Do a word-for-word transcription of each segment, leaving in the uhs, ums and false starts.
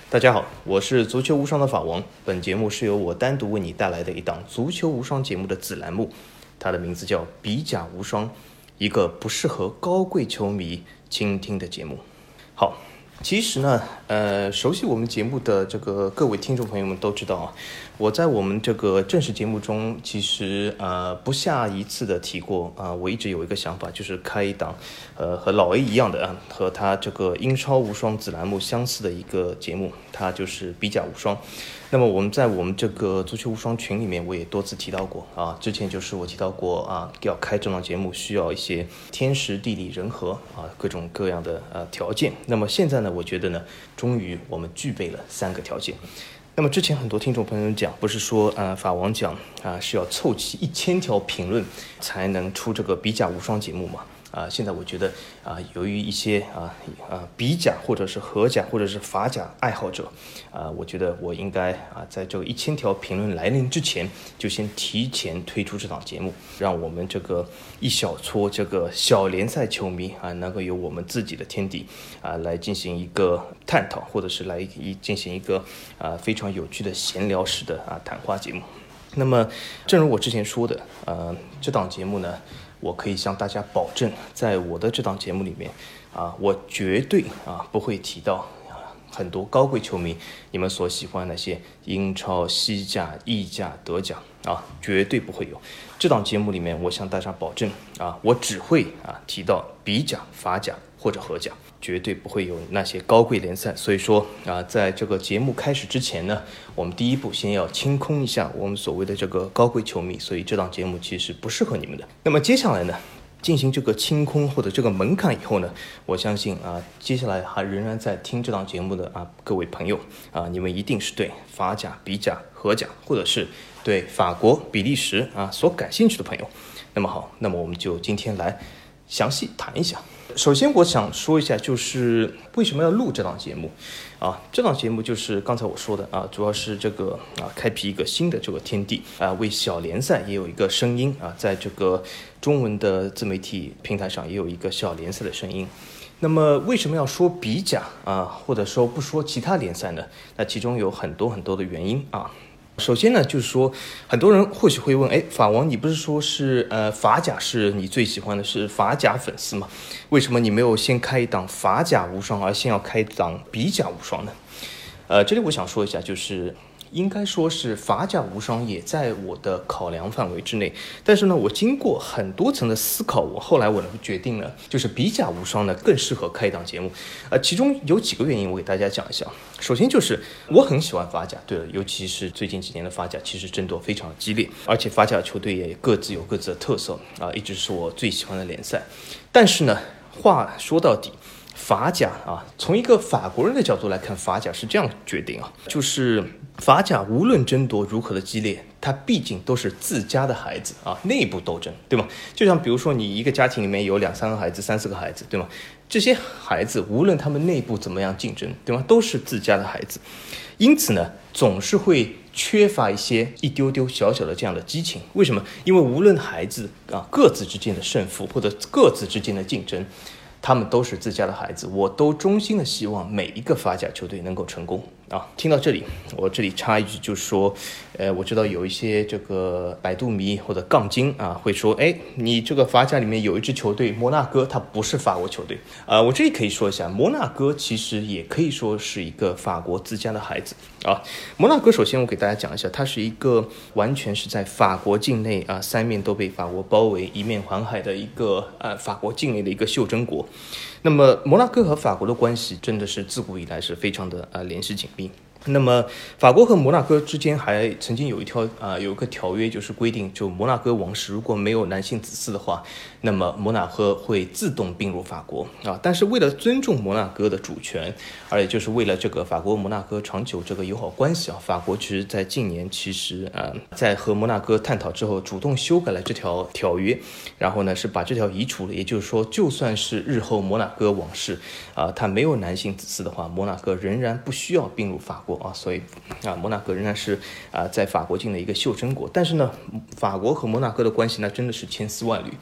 大家好，我是足球无双的法王。本节目是由我单独为你带来的一档足球无双节目的子栏目，它的名字叫比甲无双，一个不适合高贵球迷倾听的节目。好，其实呢，呃，熟悉我们节目的这个各位听众朋友们都知道啊，我在我们这个正式节目中，其实呃不下一次的提过啊、呃，我一直有一个想法，就是开一档呃和老 A 一样的啊，和他这个英超无双子栏目相似的一个节目，它就是比甲无双。那么我们在我们这个足球无双群里面，我也多次提到过啊，之前就是我提到过啊，要开这档节目需要一些天时地利人和啊，各种各样的呃条件。那么现在呢，我觉得呢，终于我们具备了三个条件。那么之前很多听众朋友讲，不是说呃法王讲啊、呃、是要凑齐一千条评论才能出这个比甲无双节目嘛？啊、呃，现在我觉得啊、呃，由于一些啊啊、呃、比甲或者是荷甲或者是法甲爱好者啊、呃，我觉得我应该啊、呃、在这个一千条评论来临之前，就先提前推出这档节目，让我们这个一小撮这个小联赛球迷啊、呃，能够有我们自己的天地啊、呃，来进行一个探讨，或者是来一进行一个啊、呃、非常有趣的闲聊式的啊、呃、谈话节目。那么，正如我之前说的，呃，这档节目呢，我可以向大家保证，在我的这档节目里面，啊，我绝对啊不会提到啊很多高贵球迷你们所喜欢那些英超、西甲、意甲、德甲啊，绝对不会有。这档节目里面，我向大家保证啊，我只会啊提到比甲、法甲或者荷甲，绝对不会有那些高贵联赛。所以说啊，在这个节目开始之前呢，我们第一步先要清空一下我们所谓的这个高贵球迷，所以这档节目其实不适合你们的。那么接下来呢，进行这个清空或者这个门槛以后呢，我相信啊，接下来还仍然在听这档节目的啊各位朋友啊，你们一定是对法甲、比甲、荷甲，或者是对法国、比利时啊所感兴趣的朋友。那么好，那么我们就今天来详细谈一下。首先我想说一下，就是为什么要录这档节目啊？这档节目就是刚才我说的啊，主要是这个啊，开辟一个新的这个天地啊，为小联赛也有一个声音啊，在这个中文的自媒体平台上也有一个小联赛的声音。那么为什么要说比甲啊，或者说不说其他联赛呢？那其中有很多很多的原因啊。首先呢，就是说，很多人或许会问，哎，法王，你不是说是呃法甲是你最喜欢的，是法甲粉丝吗？为什么你没有先开一档法甲无双，而先要开一档比甲无双呢？呃，这里我想说一下，就是应该说是法甲无双也在我的考量范围之内，但是呢，我经过很多层的思考，我后来我决定呢，就是比甲无双呢更适合开一档节目。呃，其中有几个原因，我给大家讲一下。首先就是我很喜欢法甲，对了，尤其是最近几年的法甲，其实争夺非常激烈，而且法甲球队也各自有各自的特色啊、呃，一直是我最喜欢的联赛。但是呢，话说到底，法甲啊，从一个法国人的角度来看，法甲是这样决定啊，就是法甲无论争夺如何的激烈，它毕竟都是自家的孩子啊，内部斗争，对吗？就像比如说你一个家庭里面有两三个孩子、三四个孩子，对吗？这些孩子无论他们内部怎么样竞争，对吗？都是自家的孩子，因此呢，总是会缺乏一些一丢丢小小的这样的激情。为什么？因为无论孩子啊各自之间的胜负或者各自之间的竞争，他们都是自家的孩子，我都衷心的希望每一个法甲球队能够成功啊！听到这里，我这里插一句，就是说，呃，我知道有一些这个百度迷或者杠精啊，会说，哎，你这个法甲里面有一支球队摩纳哥，它不是法国球队啊、呃。我这里可以说一下，摩纳哥其实也可以说是一个法国自家的孩子啊。摩纳哥首先我给大家讲一下，它是一个完全是在法国境内啊，三面都被法国包围，一面环海的一个呃法国境内的一个袖珍国。那么摩纳哥和法国的关系真的是自古以来是非常的呃联系紧密。那么法国和摩纳哥之间还曾经有一条啊、呃、有一个条约，就是规定，就摩纳哥王室如果没有男性子嗣的话，那么摩纳哥会自动并入法国啊。但是为了尊重摩纳哥的主权，而且就是为了这个法国摩纳哥长久这个友好关系啊，法国其实在近年其实呃在和摩纳哥探讨之后，主动修改了这条条约，然后呢是把这条移除了。也就是说，就算是日后摩纳哥王室啊、呃、他没有男性子嗣的话，摩纳哥仍然不需要并入法国啊，所以啊，摩纳哥仍然是啊在法国境的一个袖珍国。但是呢，法国和摩纳哥的关系那真的是千丝万缕。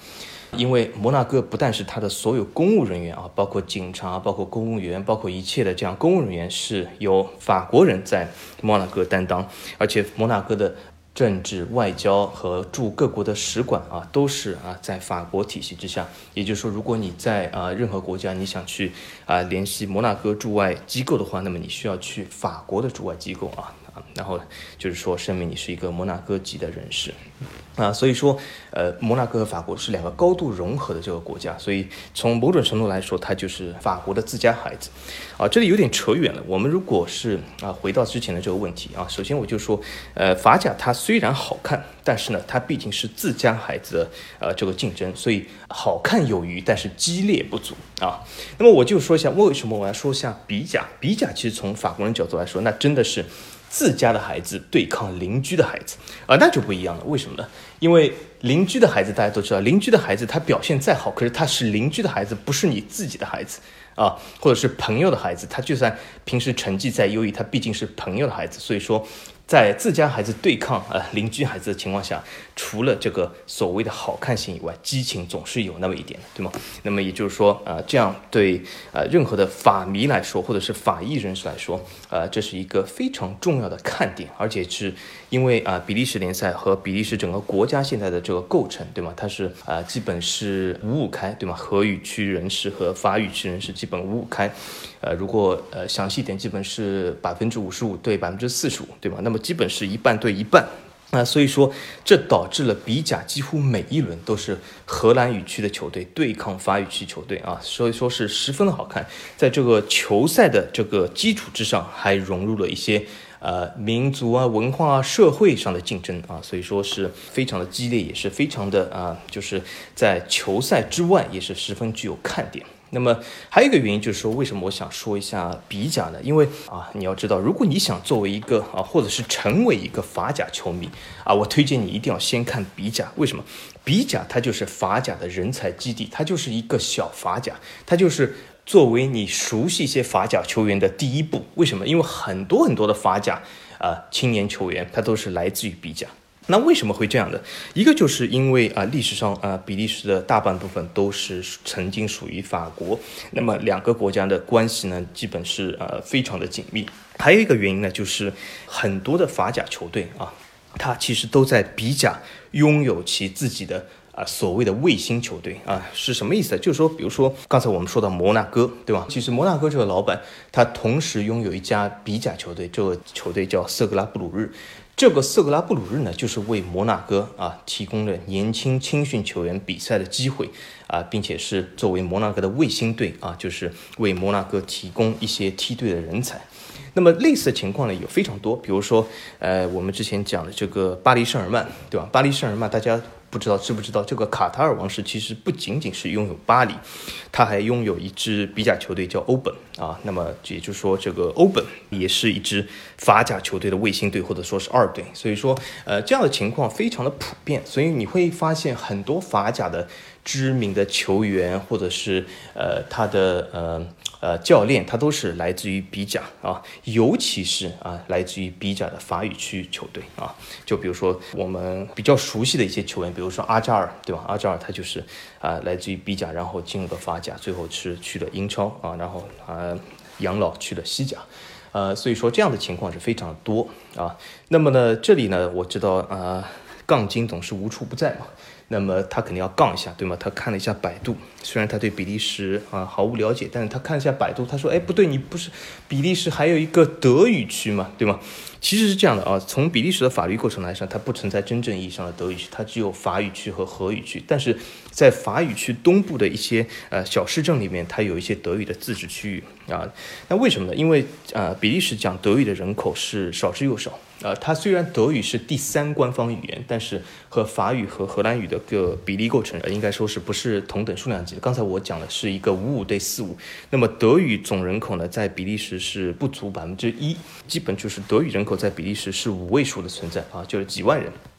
因为摩纳哥不但是它的所有公务人员啊，包括警察、包括公务员、包括一切的这样公务人员是由法国人在摩纳哥担当，而且摩纳哥的政治、外交和驻各国的使馆啊，都是啊在法国体系之下。也就是说，如果你在啊任何国家你想去啊联系摩纳哥驻外机构的话，那么你需要去法国的驻外机构啊。然后就是说声明你是一个摩纳哥籍的人士啊，所以说呃摩纳哥和法国是两个高度融合的这个国家，所以从某种程度来说它就是法国的自家孩子啊。这里有点扯远了，我们如果是啊回到之前的这个问题啊，首先我就说呃法甲它虽然好看，但是呢它毕竟是自家孩子的呃这个竞争，所以好看有余，但是激烈不足啊。那么我就说一下为什么我要说一下比甲，比甲其实从法国人角度来说，那真的是自家的孩子对抗邻居的孩子啊、呃，那就不一样了。为什么呢？因为邻居的孩子大家都知道，邻居的孩子他表现再好，可是他是邻居的孩子，不是你自己的孩子啊，或者是朋友的孩子，他就算平时成绩再优异，他毕竟是朋友的孩子。所以说，在自家孩子对抗呃邻居孩子的情况下，除了这个所谓的好看性以外，激情总是有那么一点，对吗？那么也就是说，呃，这样对呃任何的法迷来说，或者是法医人士来说，呃，这是一个非常重要的看点，而且是因为啊、呃，比利时联赛和比利时整个国家现在的这个构成，对吗？它是啊、呃，基本是五五开，对吗？荷语区人士和法语区人士基本五五开，呃，如果呃详细一点，基本是百分之五十五对百分之四十五，对吗？那么基本是一半对一半。啊、呃，所以说这导致了比甲几乎每一轮都是荷兰语区的球队对抗法语区球队啊，所以说是十分的好看。在这个球赛的这个基础之上，还融入了一些呃民族啊、文化啊、社会上的竞争啊，所以说是非常的激烈，也是非常的啊、呃，就是在球赛之外也是十分具有看点。那么还有一个原因就是说，为什么我想说一下比甲呢？因为啊，你要知道，如果你想作为一个啊，或者是成为一个法甲球迷啊，我推荐你一定要先看比甲。为什么？比甲它就是法甲的人才基地，它就是一个小法甲，它就是作为你熟悉一些法甲球员的第一步。为什么？因为很多很多的法甲啊青年球员，他都是来自于比甲。那为什么会这样的？一个就是因为啊、呃，历史上啊、呃，比利时的大半部分都是曾经属于法国，那么两个国家的关系呢，基本是呃非常的紧密。还有一个原因呢，就是很多的法甲球队啊，它其实都在比甲拥有其自己的啊、呃、所谓的卫星球队啊，是什么意思？就是说，比如说刚才我们说到摩纳哥，对吧？其实摩纳哥这个老板他同时拥有一家比甲球队，这个球队叫瑟格拉布鲁日。这个瑟格拉布鲁日呢，就是为摩纳哥啊提供了年轻青训球员比赛的机会啊，并且是作为摩纳哥的卫星队啊，就是为摩纳哥提供一些梯队的人才。那么类似的情况呢有非常多，比如说呃我们之前讲的这个巴黎圣日耳曼，对吧？巴黎圣日耳曼大家不知道知不知道，这个卡塔尔王室其实不仅仅是拥有巴黎，他还拥有一支比甲球队叫欧本啊。那么也就是说，这个欧本也是一支法甲球队的卫星队，或者说是二队。所以说，呃，这样的情况非常的普遍。所以你会发现很多法甲的知名的球员，或者是呃他的呃。呃，教练他都是来自于比甲啊，尤其是啊，来自于比甲的法语区球队啊。就比如说我们比较熟悉的一些球员，比如说阿扎尔，对吧？阿扎尔他就是啊，来自于比甲，然后进入了法甲，最后是去了英超啊，然后啊养老去了西甲。呃，所以说这样的情况是非常多啊。那么呢，这里呢，我知道啊，杠精总是无处不在嘛。那么他肯定要杠一下，对吗？他看了一下百度，虽然他对比利时啊毫无了解，但是他看了一下百度，他说：“哎，不对，你不是比利时还有一个德语区嘛，对吗？”其实是这样的啊，从比利时的法律构成来说，它不存在真正意义上的德语区，它只有法语区和荷语区。但是在法语区东部的一些呃小市镇里面，它有一些德语的自治区域啊。那为什么呢？因为呃比利时讲德语的人口是少之又少。呃，它虽然德语是第三官方语言，但是和法语和荷兰语的个比例构成，呃、应该说是不是同等数量级的。刚才我讲的是一个五五对四五，那么德语总人口呢，在比利时是不足百分之一，基本就是德语人口在比利时是五位数的存在啊，就是几万人。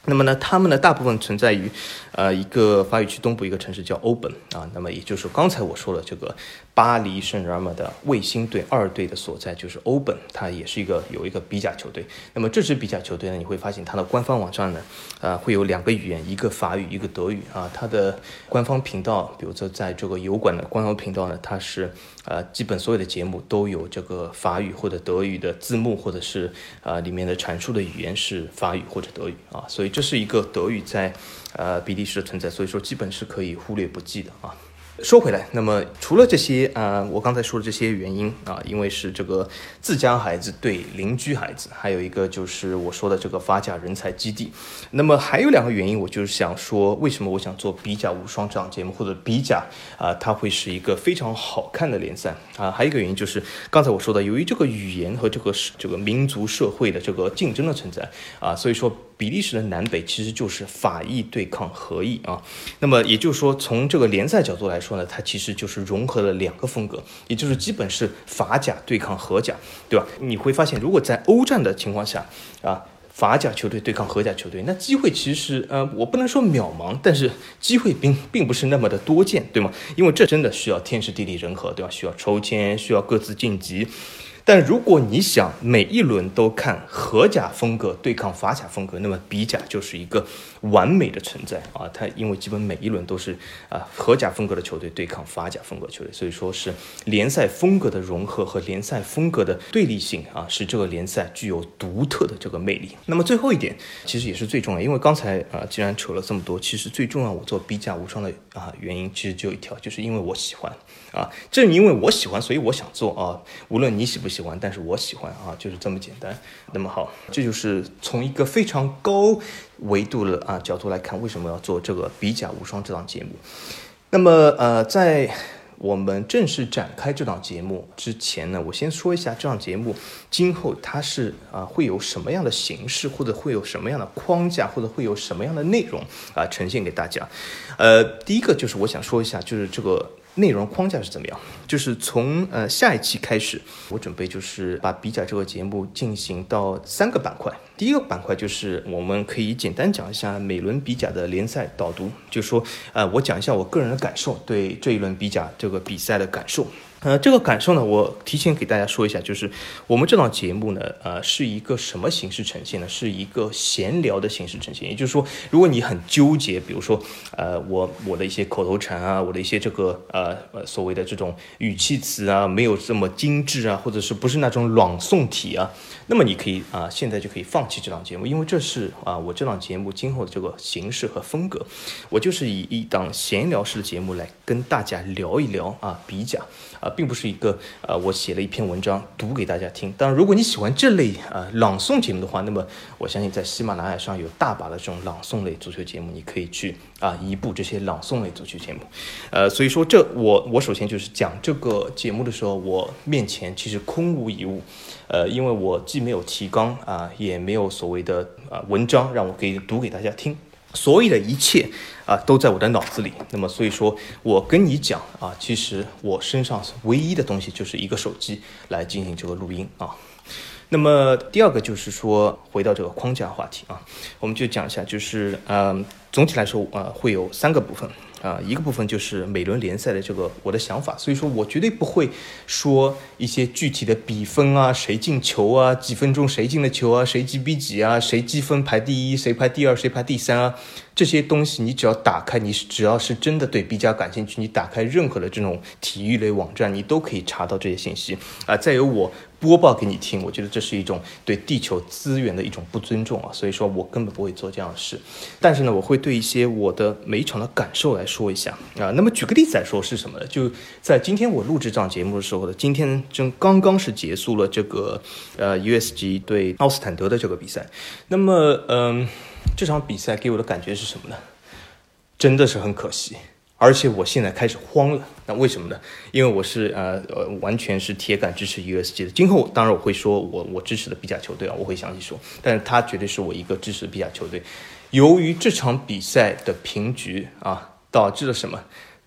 那么呢，他们呢大部分存在于，呃，一个法语区东部一个城市叫欧本啊。那么也就是刚才我说的这个巴黎圣日耳曼的卫星队二队的所在就是欧本，它也是一个有一个比甲球队。那么这支比甲球队呢，你会发现它的官方网站呢，呃，会有两个语言，一个法语，一个德语啊。它的官方频道，比如说在这个油管的官方频道呢，它是呃基本所有的节目都有这个法语或者德语的字幕，或者是呃里面的阐述的语言是法语或者德语啊。所以这是一个德语在呃比利时的存在，所以说基本是可以忽略不计的啊。说回来，那么除了这些啊、呃，我刚才说的这些原因啊，因为是这个自家孩子对邻居孩子，还有一个就是我说的这个法甲人才基地。那么还有两个原因，我就是想说，为什么我想做比甲无双这档节目，或者比甲啊、呃，它会是一个非常好看的联赛啊。还有一个原因就是刚才我说的，由于这个语言和这个这个民族社会的这个竞争的存在啊，所以说比利时的南北其实就是法意对抗荷意啊。那么也就是说，从这个联赛角度来说呢，它其实就是融合了两个风格，也就是基本是法甲对抗荷甲，对吧？你会发现，如果在欧战的情况下啊，法甲球队对抗荷甲球队，那机会其实呃，我不能说渺茫，但是机会并并不是那么的多见，对吗？因为这真的需要天时地利人和，对吧？需要抽签，需要各自晋级。但如果你想每一轮都看荷甲风格对抗法甲风格，那么比甲就是一个完美的存在啊！它因为基本每一轮都是啊荷甲风格的球队对抗法甲风格球队，所以说是联赛风格的融合和联赛风格的对立性啊，使这个联赛具有独特的这个魅力。那么最后一点其实也是最重要，因为刚才啊既然扯了这么多，其实最重要我做比甲无双的啊原因其实就一条，就是因为我喜欢啊，正因为我喜欢，所以我想做啊，无论你喜不喜欢。喜欢，但是我喜欢啊，就是这么简单。那么好，这就是从一个非常高维度的啊角度来看，为什么要做这个比甲无双这档节目。那么呃，在我们正式展开这档节目之前呢，我先说一下这档节目今后它是啊会有什么样的形式，或者会有什么样的框架，或者会有什么样的内容啊呈现给大家。呃，第一个就是我想说一下，就是这个内容框架是怎么样？就是从呃下一期开始，我准备就是把比甲这个节目进行到三个板块。第一个板块就是我们可以简单讲一下每轮比甲的联赛导读，就是说呃我讲一下我个人的感受，对这一轮比甲这个比赛的感受。呃，这个感受呢，我提前给大家说一下，就是我们这档节目呢，呃，是一个什么形式呈现呢？是一个闲聊的形式呈现。也就是说，如果你很纠结，比如说，呃，我我的一些口头禅啊，我的一些这个呃呃所谓的这种语气词啊，没有这么精致啊，或者是不是那种朗诵体啊，那么你可以啊、呃，现在就可以放弃这档节目，因为这是啊、呃、我这档节目今后的这个形式和风格，我就是以一档闲聊式的节目来跟大家聊一聊啊比甲。啊，并不是一个呃，我写了一篇文章读给大家听。当然，如果你喜欢这类呃朗诵节目的话，那么我相信在喜马拉雅上有大把的这种朗诵类足球节目，你可以去啊移步这些朗诵类足球节目。呃，所以说这我我首先就是讲这个节目的时候，我面前其实空无一物，呃，因为我既没有提纲啊、呃，也没有所谓的啊、呃、文章让我可以读给大家听。所有的一切啊、呃、都在我的脑子里，那么所以说我跟你讲啊，其实我身上唯一的东西就是一个手机来进行这个录音啊。那么第二个就是说，回到这个框架话题啊，我们就讲一下，就是嗯、呃，总体来说啊、呃，会有三个部分。啊、呃，一个部分就是每轮联赛的这个我的想法，所以说我绝对不会说一些具体的比分啊，谁进球啊，几分钟谁进了球啊，谁几比几啊，谁积分排第一，谁排第二，谁排第三啊，这些东西你只要打开，你只要是真的对比甲感兴趣，你打开任何的这种体育类网站，你都可以查到这些信息啊、呃。再由我播报给你听，我觉得这是一种对地球资源的一种不尊重啊，所以说我根本不会做这样的事。但是呢，我会对一些我的每一场的感受来说一下啊。那么举个例子来说是什么呢？就在今天我录制这档节目的时候呢，今天正刚刚是结束了这个呃 U S G 对奥斯坦德的这个比赛。那么嗯、呃，这场比赛给我的感觉是什么呢？真的是很可惜。而且我现在开始慌了，那为什么呢？因为我是呃呃完全是铁杆支持 U S G 的。今后当然我会说我我支持的比甲球队啊，我会详细说，但是他绝对是我一个支持的比甲球队。由于这场比赛的平局啊，导致了什么？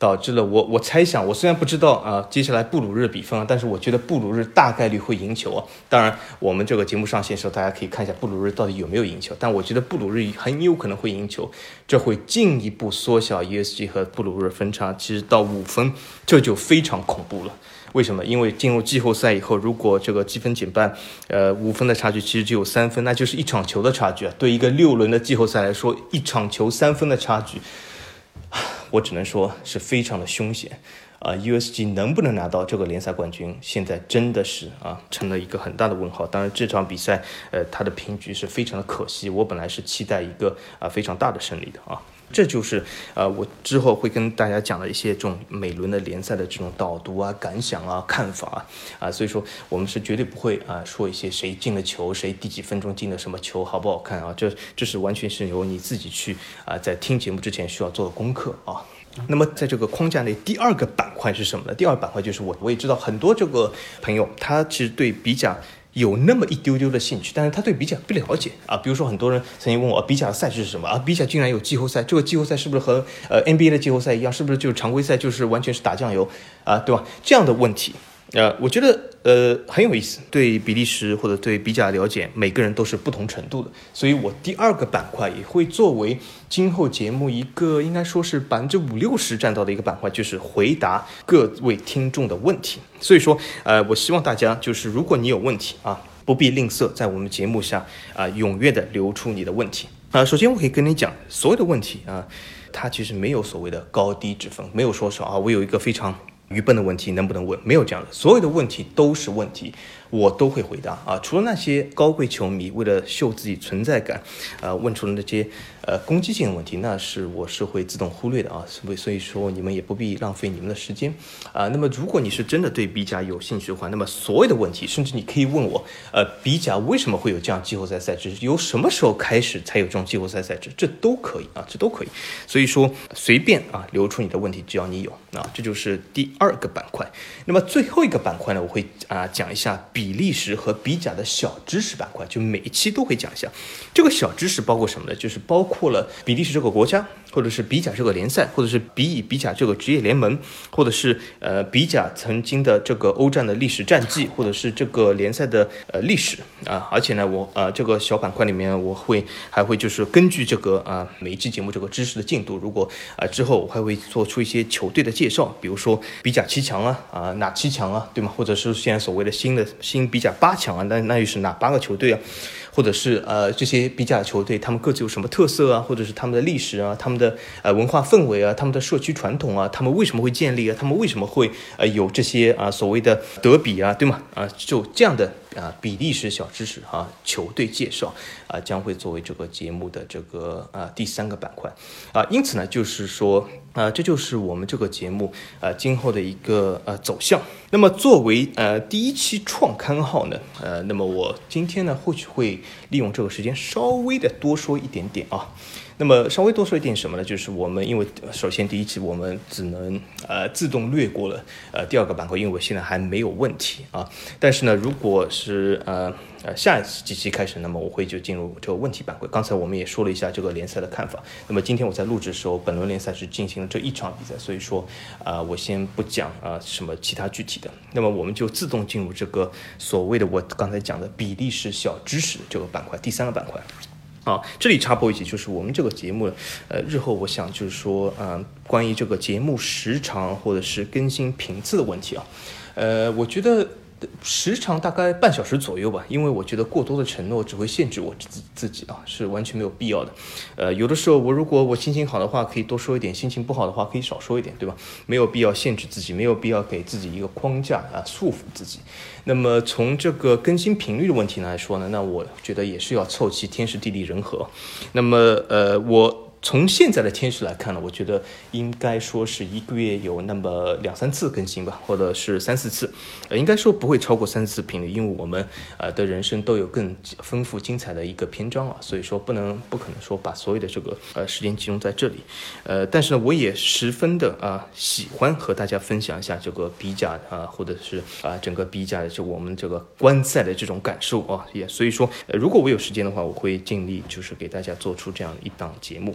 导致了我我猜想，我虽然不知道啊、呃、接下来布鲁日比分啊，但是我觉得布鲁日大概率会赢球啊。当然，我们这个节目上线的时候，大家可以看一下布鲁日到底有没有赢球。但我觉得布鲁日很有可能会赢球，这会进一步缩小 U S G 和布鲁日分差，其实到五分，这就非常恐怖了。为什么？因为进入季后赛以后，如果这个积分减半，呃，五分的差距其实只有三分，那就是一场球的差距啊。对一个六轮的季后赛来说，一场球三分的差距。我只能说是非常的凶险啊、呃、！U S G 能不能拿到这个联赛冠军，现在真的是啊成了一个很大的问号。当然，这场比赛呃它的平局是非常的可惜，我本来是期待一个啊、呃、非常大的胜利的啊。这就是呃我之后会跟大家讲的一些这种每轮的联赛的这种导读啊、感想啊、看法啊，啊所以说我们是绝对不会啊说一些谁进了球，谁第几分钟进了什么球好不好看啊，这这是完全是由你自己去啊在听节目之前需要做的功课啊。那么在这个框架内，第二个板块是什么呢？第二个板块就是我我也知道很多这个朋友他其实对比甲有那么一丢丢的兴趣，但是他对比甲不了解啊。比如说很多人曾经问我，啊、比甲的赛制是什么啊？比甲竟然有季后赛，这个季后赛是不是和呃 N B A 的季后赛一样？是不是就是常规赛就是完全是打酱油啊，对吧？这样的问题，呃，我觉得呃很有意思。对比利时或者对比甲了解，每个人都是不同程度的，所以我第二个板块也会作为今后节目一个应该说是百分之五六十占到的一个板块，就是回答各位听众的问题。所以说，呃，我希望大家就是如果你有问题啊，不必吝啬在我们节目下啊、呃、踊跃的留出你的问题啊、呃。首先我可以跟你讲，所有的问题啊、呃，它其实没有所谓的高低之分，没有说是啊我有一个非常愚笨的问题能不能问，没有这样的，所有的问题都是问题，我都会回答啊。除了那些高贵球迷为了秀自己存在感，呃，问出了那些呃攻击性的问题，那是我是会自动忽略的啊。所以所以说你们也不必浪费你们的时间啊。那么如果你是真的对比甲有兴趣的话，那么所有的问题，甚至你可以问我，呃，比甲为什么会有这样季后赛赛制？由什么时候开始才有这种季后赛赛制？这都可以啊，这都可以。所以说随便啊留出你的问题，只要你有啊，这就是第二个板块。那么最后一个板块呢，我会啊讲一下比利时和比甲的小知识板块，就每一期都会讲一下。这个小知识包括什么呢？就是包括了比利时这个国家，或者是比甲这个联赛，或者是比乙比甲这个职业联盟，或者是呃比甲曾经的这个欧战的历史战绩，或者是这个联赛的呃历史啊。而且呢，我呃这个小板块里面我会还会就是根据这个啊每一期节目这个知识的进度，如果啊之后我还会做出一些球队的介绍，比如说比甲七强啊啊哪七强啊，对吗？或者是现在所谓的新的新比甲八强啊，那那又是哪八个球队啊？或者是呃这些比甲球队他们各自有什么特色啊，或者是他们的历史啊，他们的呃文化氛围啊，他们的社区传统啊，他们为什么会建立啊，他们为什么会呃有这些啊、呃、所谓的德比啊，对吗？啊、呃、就这样的啊、呃、比利时小知识啊球队介绍啊、呃、将会作为这个节目的这个啊、呃、第三个板块啊、呃、因此呢就是说啊、呃这就是我们这个节目啊、呃、今后的一个呃走向。那么作为呃第一期创刊号呢，呃那么我今天呢或许会利用这个时间稍微的多说一点点啊。那么稍微多说一点什么呢？就是我们因为首先第一期我们只能呃自动略过了呃第二个板块，因为我现在还没有问题啊。但是呢，如果是呃呃下一几期开始，那么我会就进入这个问题板块。刚才我们也说了一下这个联赛的看法。那么今天我在录制的时候，本轮联赛是进行了这一场比赛，所以说啊、呃、我先不讲啊、呃、什么其他具体的。那么我们就自动进入这个所谓的我刚才讲的比利时小知识这个板块，第三个板块。啊，这里插播一句，就是我们这个节目，呃，日后我想就是说，嗯、呃，关于这个节目时长或者是更新频次的问题啊，呃，我觉得时长大概半小时左右吧，因为我觉得过多的承诺只会限制我自自己啊，是完全没有必要的。呃，有的时候我如果我心情好的话，可以多说一点；心情不好的话，可以少说一点，对吧？没有必要限制自己，没有必要给自己一个框架啊，束缚自己。那么从这个更新频率的问题来说呢，那我觉得也是要凑齐天时地利人和。那么呃，我从现在的天时来看呢，我觉得应该说是一个月有那么两三次更新吧，或者是三四次，呃，应该说不会超过三四次频率，因为我们呃的人生都有更丰富精彩的一个篇章啊，所以说不能不可能说把所有的这个呃时间集中在这里，呃，但是呢，我也十分的啊、呃、喜欢和大家分享一下这个比甲啊、呃，或者是啊、呃、整个比甲的就我们这个观赛的这种感受啊，也所以说、呃、如果我有时间的话，我会尽力就是给大家做出这样一档节目。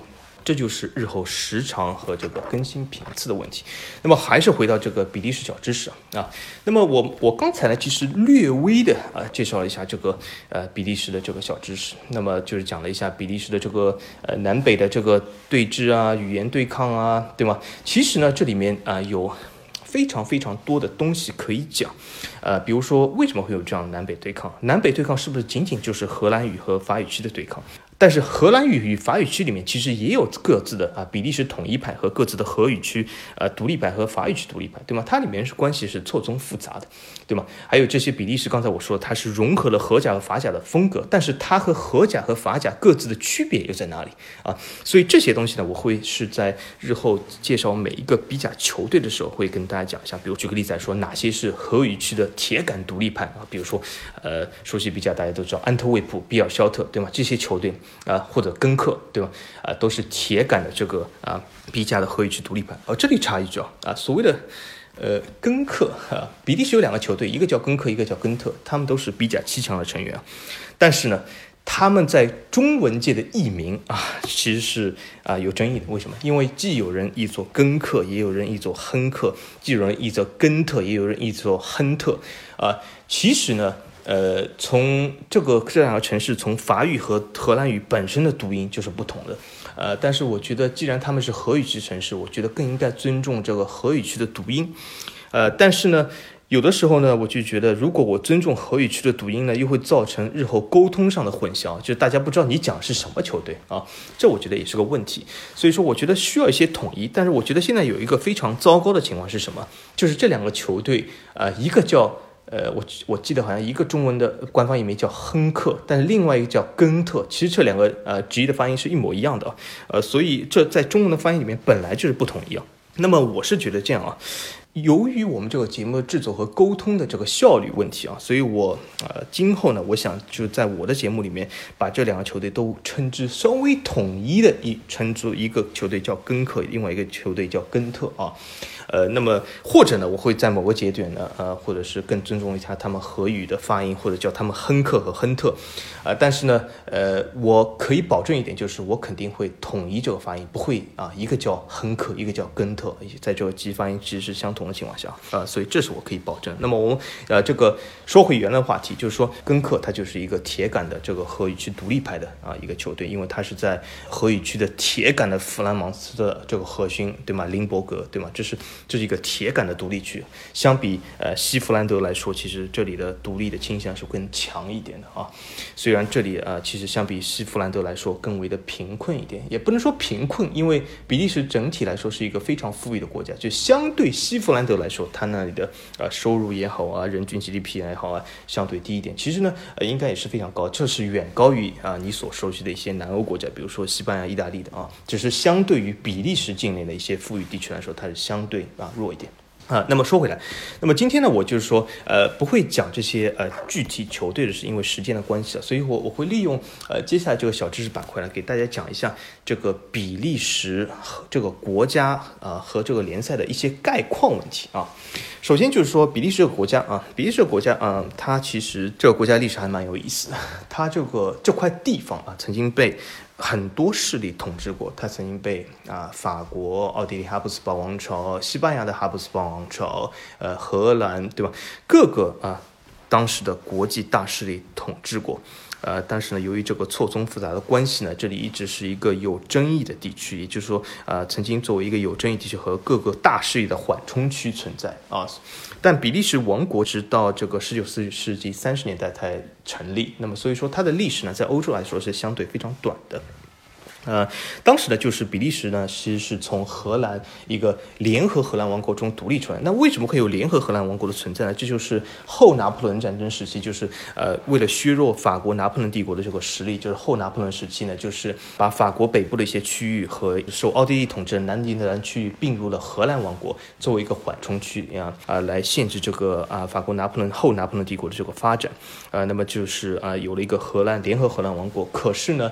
这就是日后时长和这个更新频次的问题。那么还是回到这个比利时小知识啊啊，那么我我刚才呢其实略微的啊介绍了一下这个呃比利时的这个小知识，那么就是讲了一下比利时的这个呃南北的这个对峙啊、语言对抗啊，对吗？其实呢这里面啊、呃、有非常非常多的东西可以讲，呃，比如说为什么会有这样南北对抗？南北对抗是不是仅仅就是荷兰语和法语区的对抗？但是荷兰语与法语区里面其实也有各自的啊比利时统一派和各自的荷语区呃独立派和法语区独立派，对吗？它里面是关系是错综复杂的，对吗？还有这些比利时，刚才我说它是融合了荷甲和法甲的风格，但是它和荷甲和法甲各自的区别又在哪里啊？所以这些东西呢，我会是在日后介绍每一个比甲球队的时候会跟大家讲一下。比如举个例子来说，哪些是荷语区的铁杆独立派啊？比如说呃，熟悉比甲大家都知道安特卫普、比尔肖特，对吗？这些球队。啊、呃，或者根克，对吧？啊、呃，都是铁杆的这个啊，比甲的荷语区独立派。哦，这里插一句啊，啊，所谓的呃根克啊，比利时有两个球队，一个叫根克，一个叫根特，他们都是比甲七强的成员。但是呢，他们在中文界的译名啊，其实是啊、呃、有争议的。为什么？因为既有人译作根克，也有人译作亨克；既有人译作根特，也有人译作亨特。啊、呃，其实呢。呃，从这个这两个城市，从法语和荷兰语本身的读音就是不同的，呃，但是我觉得既然他们是荷语区城市，我觉得更应该尊重这个荷语区的读音，呃，但是呢，有的时候呢，我就觉得如果我尊重荷语区的读音呢，又会造成日后沟通上的混淆，就是大家不知道你讲是什么球队啊，这我觉得也是个问题。所以说，我觉得需要一些统一，但是我觉得现在有一个非常糟糕的情况是什么？就是这两个球队，呃，一个叫。呃，我我记得好像一个中文的官方译名叫亨克，但是另外一个叫根特，其实这两个呃直译的发音是一模一样的，呃，所以这在中文的翻译里面本来就是不统一啊。那么我是觉得这样啊，由于我们这个节目的制作和沟通的这个效率问题啊，所以我呃今后呢，我想就在我的节目里面把这两个球队都称之稍微统一的一称之一个球队叫根克，另外一个球队叫根特啊。呃，那么或者呢，我会在某个节点呢，呃，或者是更尊重一下他们荷语的发音，或者叫他们亨克和亨特，呃，但是呢，呃，我可以保证一点，就是我肯定会统一这个发音，不会啊，一个叫亨克，一个叫根特，在这个基发音其实是相同的情况下，啊、呃，所以这是我可以保证。那么我们呃，这个说回原来的话题，就是说根克它就是一个铁杆的这个荷语区独立派的啊一个球队，因为它是在荷语区的铁杆的弗兰芒斯的这个核心，对吗？林伯格，对吗？这是。这是一个铁杆的独立区，相比呃西弗兰德来说，其实这里的独立的倾向是更强一点的啊。虽然这里呃其实相比西弗兰德来说更为的贫困一点，也不能说贫困，因为比利时整体来说是一个非常富裕的国家，就相对西弗兰德来说，它那里的呃收入也好啊，人均 G D P 也好啊，相对低一点。其实呢，呃应该也是非常高，这是远高于啊你所熟悉的一些南欧国家，比如说西班牙、意大利的啊，只是相对于比利时境内的一些富裕地区来说，它是相对啊弱一点啊。那么说回来，那么今天呢，我就是说呃不会讲这些呃具体球队的事，因为时间的关系啊，所以我我会利用呃接下来这个小知识板块呢，给大家讲一下这个比利时这个国家啊、呃、和这个联赛的一些概况问题啊。首先就是说比利时这个国家啊，比利时这个国家啊，它其实这个国家历史还蛮有意思的，它这个这块地方啊曾经被很多势力统治过，它曾经被啊法国、奥地利哈布斯堡王朝、西班牙的哈布斯堡王朝、呃荷兰，对吧？各个啊当时的国际大势力统治过。呃，但是呢，由于这个错综复杂的关系呢，这里一直是一个有争议的地区，也就是说，呃，曾经作为一个有争议地区和各个大势力的缓冲区存在啊。但比利时王国直到这个十九世纪三十年代才成立，那么所以说它的历史呢，在欧洲来说是相对非常短的。呃，当时呢，就是比利时呢，其实是从荷兰一个联合荷兰王国中独立出来。那为什么会有联合荷兰王国的存在呢？这就是后拿破仑战争时期，就是呃，为了削弱法国拿破仑帝国的这个实力，就是后拿破仑时期呢，就是把法国北部的一些区域和受奥地利统治的南英格兰区域并入了荷兰王国，作为一个缓冲区啊啊、呃，来限制这个啊、呃、法国拿破仑后拿破仑帝国的这个发展啊、呃。那么就是啊、呃，有了一个荷兰联合荷兰王国。可是呢，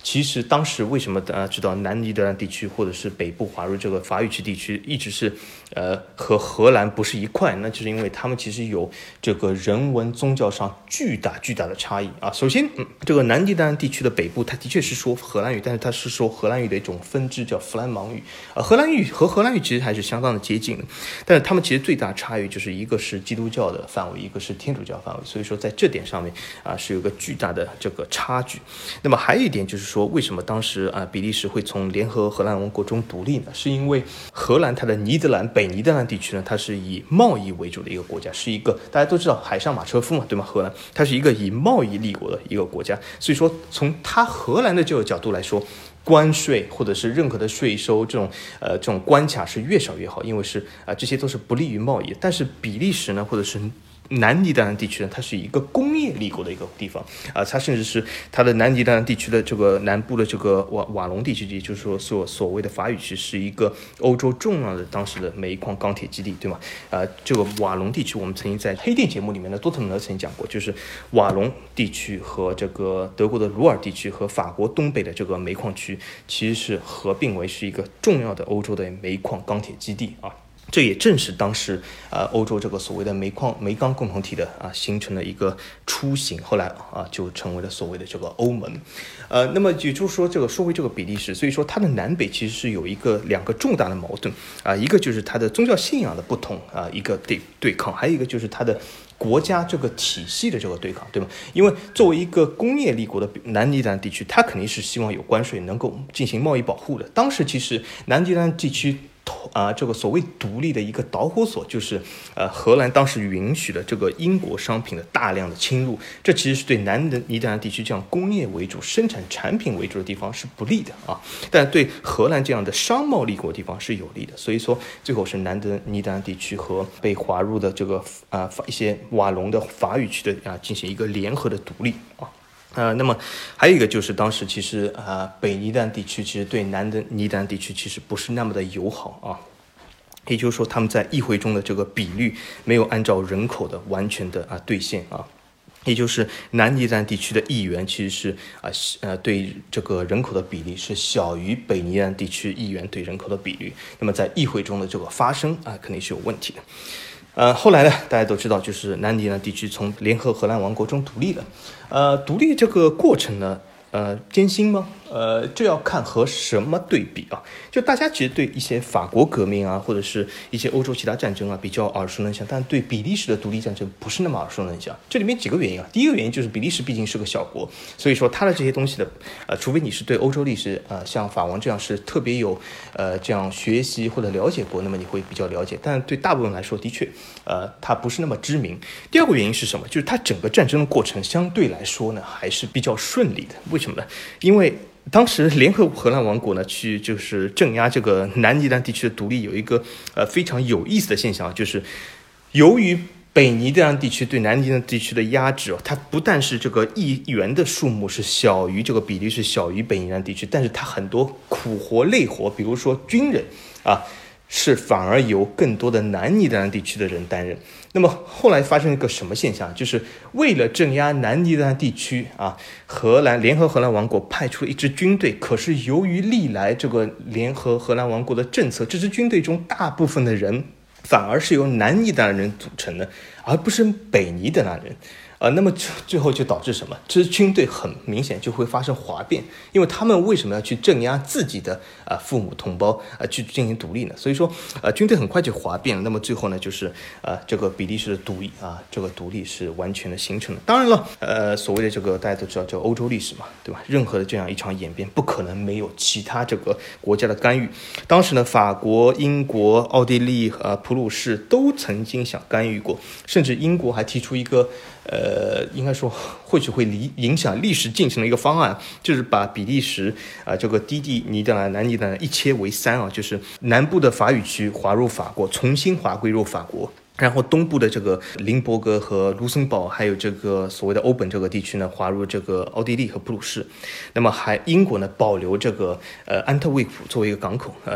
其实当时为什么大家知道南尼德兰地区或者是北部划入这个法语区地区一直是呃和荷兰不是一块，那就是因为他们其实有这个人文宗教上巨大巨大的差异啊。首先，嗯，这个南尼德兰地区的北部，它的确是说荷兰语，但是它是说荷兰语的一种分支叫弗兰芒语啊。荷兰语和荷兰语其实还是相当的接近的，但是他们其实最大差异就是一个是基督教的范围，一个是天主教范围，所以说在这点上面啊是有个巨大的这个差距。那么还有一点就是说，为什么当时啊比利时会从联合荷兰王国中独立呢？是因为荷兰它的尼德兰北尼德兰地区呢，它是以贸易为主的一个国家，是一个大家都知道海上马车夫嘛，对吗？荷兰它是一个以贸易立国的一个国家，所以说从它荷兰的这个角度来说，关税或者是任何的税收这种呃这种关卡是越少越好，因为是啊、呃、这些都是不利于贸易。但是比利时呢，或者是南尼德兰地区呢，它是一个工业立国的一个地方啊、呃，它甚至是它的南尼德兰地区的这个南部的这个瓦瓦隆地区，也就是说所所谓的法语区，是一个欧洲重要的当时的煤矿钢铁基地，对吗？啊、呃，这个瓦隆地区，我们曾经在黑店节目里面的多特蒙德曾经讲过，就是瓦隆地区和这个德国的鲁尔地区和法国东北的这个煤矿区，其实是合并为是一个重要的欧洲的煤矿钢铁基地啊。这也正是当时啊、呃、欧洲这个所谓的煤矿煤钢共同体的啊形成了一个雏形，后来啊就成为了所谓的这个欧盟。呃，那么也就是说，这个说回这个比利时，所以说它的南北其实是有一个两个重大的矛盾啊、呃，一个就是它的宗教信仰的不同啊、呃，一个对对抗，还有一个就是它的国家这个体系的这个对抗，对吗？因为作为一个工业立国的南尼德兰地区，它肯定是希望有关税能够进行贸易保护的。当时其实南尼德兰地区啊、呃，这个所谓独立的一个导火索就是，呃，荷兰当时允许了这个英国商品的大量的侵入，这其实是对南尼德兰地区这样工业为主、生产产品为主的地方是不利的啊，但对荷兰这样的商贸立国的地方是有利的。所以说，最后是南尼德兰地区和被划入的这个啊、呃、一些瓦隆的法语区的啊、呃、进行一个联合的独立啊。呃，那么还有一个就是当时其实啊、呃，北尼德兰地区其实对南的尼德兰地区其实不是那么的友好啊，也就是说他们在议会中的这个比率没有按照人口的完全的啊兑现啊，也就是南尼德兰地区的议员其实是啊呃对这个人口的比例是小于北尼德兰地区议员对人口的比率，那么在议会中的这个发生啊肯定是有问题的。呃，后来呢，大家都知道，就是南尼德兰地区从联合荷兰王国中独立了。呃，独立这个过程呢，呃，艰辛吗？呃，这要看和什么对比啊？就大家其实对一些法国革命啊，或者是一些欧洲其他战争啊比较耳熟能详，但对比利时的独立战争不是那么耳熟能详。这里面几个原因啊，第一个原因就是比利时毕竟是个小国，所以说它的这些东西的，呃，除非你是对欧洲历史，呃，像法王这样是特别有，呃，这样学习或者了解过，那么你会比较了解。但对大部分来说，的确，呃，它不是那么知名。第二个原因是什么？就是它整个战争的过程相对来说呢，还是比较顺利的。为什么呢？因为当时联合荷兰王国呢，去就是镇压这个南尼德兰地区的独立，有一个呃非常有意思的现象，就是由于北尼德兰地区对南尼德兰地区的压制哦，它不但是这个议员的数目是小于这个比例是小于北尼德兰地区，但是它很多苦活累活，比如说军人啊，是反而由更多的南尼德兰地区的人担任。那么后来发生一个什么现象？就是为了镇压南尼德兰地区啊，荷兰联合荷兰王国派出了一支军队。可是由于历来这个联合荷兰王国的政策，这支军队中大部分的人反而是由南尼德兰人组成的，而不是北尼德兰人。呃，那么最后就导致什么？这支军队很明显就会发生哗变，因为他们为什么要去镇压自己的啊、呃、父母同胞啊、呃、去进行独立呢？所以说，呃，军队很快就哗变了。那么最后呢，就是呃这个比利时的独立啊，这个独立是完全的形成了。当然了，呃，所谓的这个大家都知道叫欧洲历史嘛，对吧？任何的这样一场演变，不可能没有其他这个国家的干预。当时呢，法国、英国、奥地利和、呃、普鲁士都曾经想干预过，甚至英国还提出一个。呃，应该说或许会影响历史进程的一个方案，就是把比利时啊、呃、这个低地尼德兰、南尼德兰一切为三啊，就是南部的法语区划入法国，重新划归入法国。然后东部的这个林伯格和卢森堡，还有这个所谓的欧本这个地区呢，划入这个奥地利和普鲁士。那么还英国呢，保留这个呃安特卫普作为一个港口，呃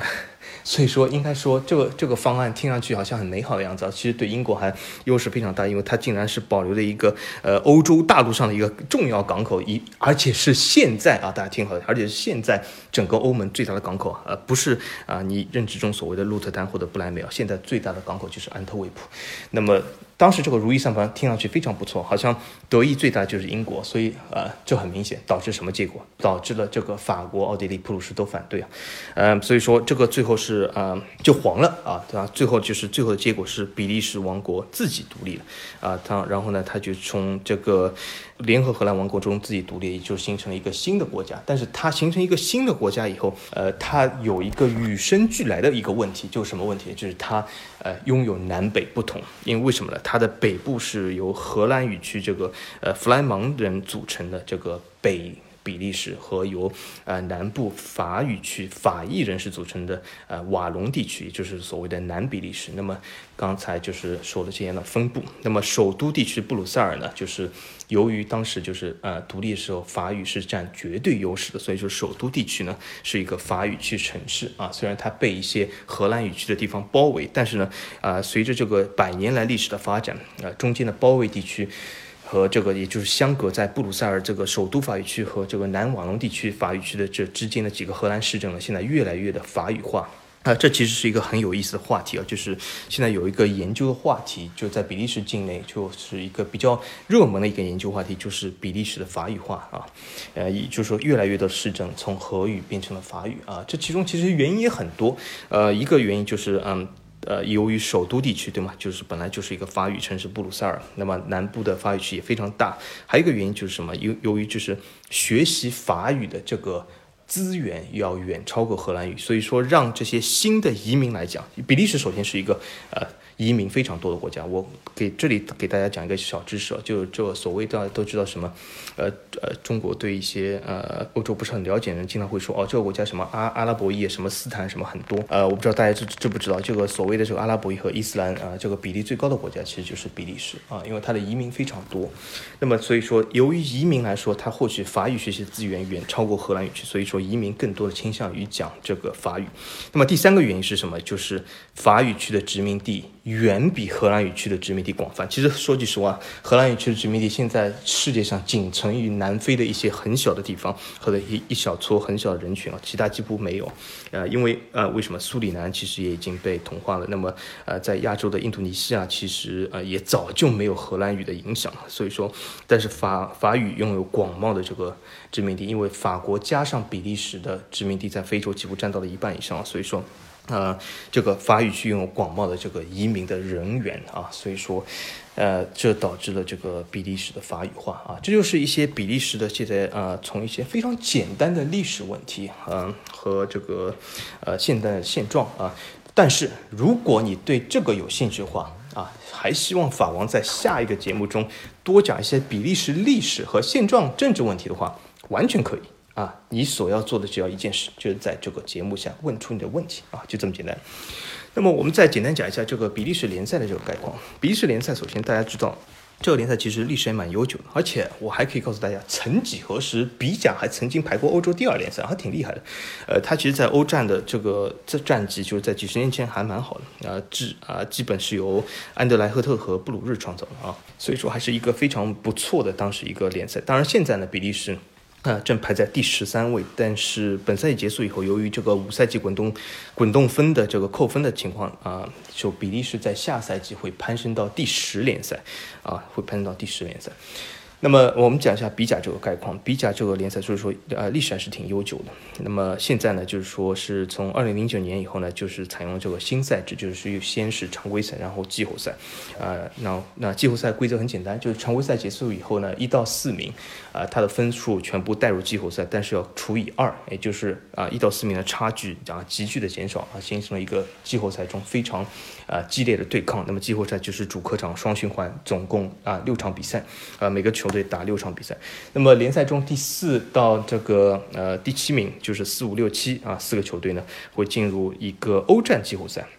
所以说，应该说这个这个方案听上去好像很美好的样子啊，其实对英国还优势非常大，因为它竟然是保留了一个呃欧洲大陆上的一个重要港口，一而且是现在啊，大家听好了，而且是现在整个欧盟最大的港口，呃，不是啊、呃、你认知中所谓的鹿特丹或者不莱梅啊，现在最大的港口就是安特卫普。那么当时这个如意算盘听上去非常不错，好像得益最大就是英国，所以呃，这很明显导致什么结果？导致了这个法国、奥地利、普鲁士都反对啊，呃，所以说这个最后是呃就黄了啊，对吧？最后就是最后的结果是比利时王国自己独立了啊，他然后呢，他就从这个联合荷兰王国中自己独立，也就形成了一个新的国家。但是它形成一个新的国家以后，呃，它有一个与生俱来的一个问题，就是什么问题？就是它呃拥有南北不同，因为为什么呢？它的北部是由荷兰语区这个呃弗莱芒人组成的这个北比利时和由呃南部法语区法裔人士组成的呃瓦隆地区，也就是所谓的南比利时。那么刚才就是说了这样的分布。那么首都地区布鲁塞尔呢，就是由于当时就是呃独立的时候法语是占绝对优势的，所以说首都地区呢是一个法语区城市啊。虽然它被一些荷兰语区的地方包围，但是呢啊、呃、随着这个百年来历史的发展啊、呃，中间的包围地区。和这个也就是相隔在布鲁塞尔这个首都法语区和这个南瓦隆地区法语区的这之间的几个荷兰市镇呢，现在越来越的法语化。啊、呃，这其实是一个很有意思的话题啊，就是现在有一个研究的话题，就在比利时境内，就是一个比较热门的一个研究话题，就是比利时的法语化啊，呃，也就是说越来越多市镇从荷语变成了法语啊，这其中其实原因也很多，呃，一个原因就是嗯。呃，由于首都地区对吗，就是本来就是一个法语城市布鲁塞尔，那么南部的法语区也非常大。还有一个原因就是什么？由由于就是学习法语的这个资源要远超过荷兰语，所以说让这些新的移民来讲，比利时首先是一个呃移民非常多的国家。我给这里给大家讲一个小知识，就这所谓大家都知道什么，呃呃，中国对一些呃欧洲不是很了解的人经常会说，哦，这个国家什么阿阿拉伯裔什么斯坦什么很多，呃，我不知道大家知知不知道，这个所谓的这个阿拉伯裔和伊斯兰啊、呃，这个比例最高的国家其实就是比利时啊，因为它的移民非常多。那么所以说，由于移民来说，它获取法语学习资源远超过荷兰语区，所以说移民更多的倾向于讲这个法语。那么第三个原因是什么？就是法语区的殖民地远比荷兰语区的殖民地广泛。其实说句实话，荷兰语区的殖民地现在世界上仅存于南非的一些很小的地方和一一小撮很小的人群啊，其他几乎没有。呃，因为呃，为什么苏里南其实也已经被同化了？那么呃，在亚洲的印度尼西亚其实呃也早就没有荷兰语的影响了。所以说，但是法法语拥有广袤的这个殖民地，因为法国加上比利时的殖民地在非洲几乎占到了一半以上，所以说。呃，这个法语区拥有广袤的这个移民的人员啊，所以说，呃，这导致了这个比利时的法语化啊，这就是一些比利时的现在呃，从一些非常简单的历史问题啊、呃、和这个呃现在的现状啊，但是如果你对这个有兴趣的话啊，还希望法王在下一个节目中多讲一些比利时历史和现状政治问题的话，完全可以。啊，你所要做的只要一件事，就是在这个节目下问出你的问题啊，就这么简单。那么我们再简单讲一下这个比利时联赛的这个概况。比利时联赛，首先大家知道，这个联赛其实历史也蛮悠久的，而且我还可以告诉大家，曾几何时，比甲还曾经排过欧洲第二联赛，还挺厉害的。呃，他其实，在欧战的这个这战绩，就是在几十年前还蛮好的啊，基啊基本是由安德莱赫特和布鲁日创造的啊，所以说还是一个非常不错的当时一个联赛。当然，现在呢，比利时。啊，正排在第十三位，但是本赛季结束以后，由于这个五赛季滚动滚动分的这个扣分的情况啊，就比利时在下赛季会攀升到第十联赛，啊，会攀升到第十联赛。那么我们讲一下比甲这个概况，比甲这个联赛所以说呃历史还是挺悠久的。那么现在呢，就是说是从二零零九年以后呢，就是采用这个新赛制，就是先是常规赛，然后季后赛。呃，那那季后赛规则很简单，就是常规赛结束以后呢，一到四名，啊、呃，他的分数全部带入季后赛，但是要除以二，也就是啊一、呃、到四名的差距啊急剧的减少啊，形成了一个季后赛中非常啊、呃、激烈的对抗。那么季后赛就是主客场双循环，总共啊、呃、六场比赛，啊、呃、每个球队打六场比赛。那么联赛中第四到这个呃第七名，就是四五六七啊四个球队呢会进入一个欧战季后赛。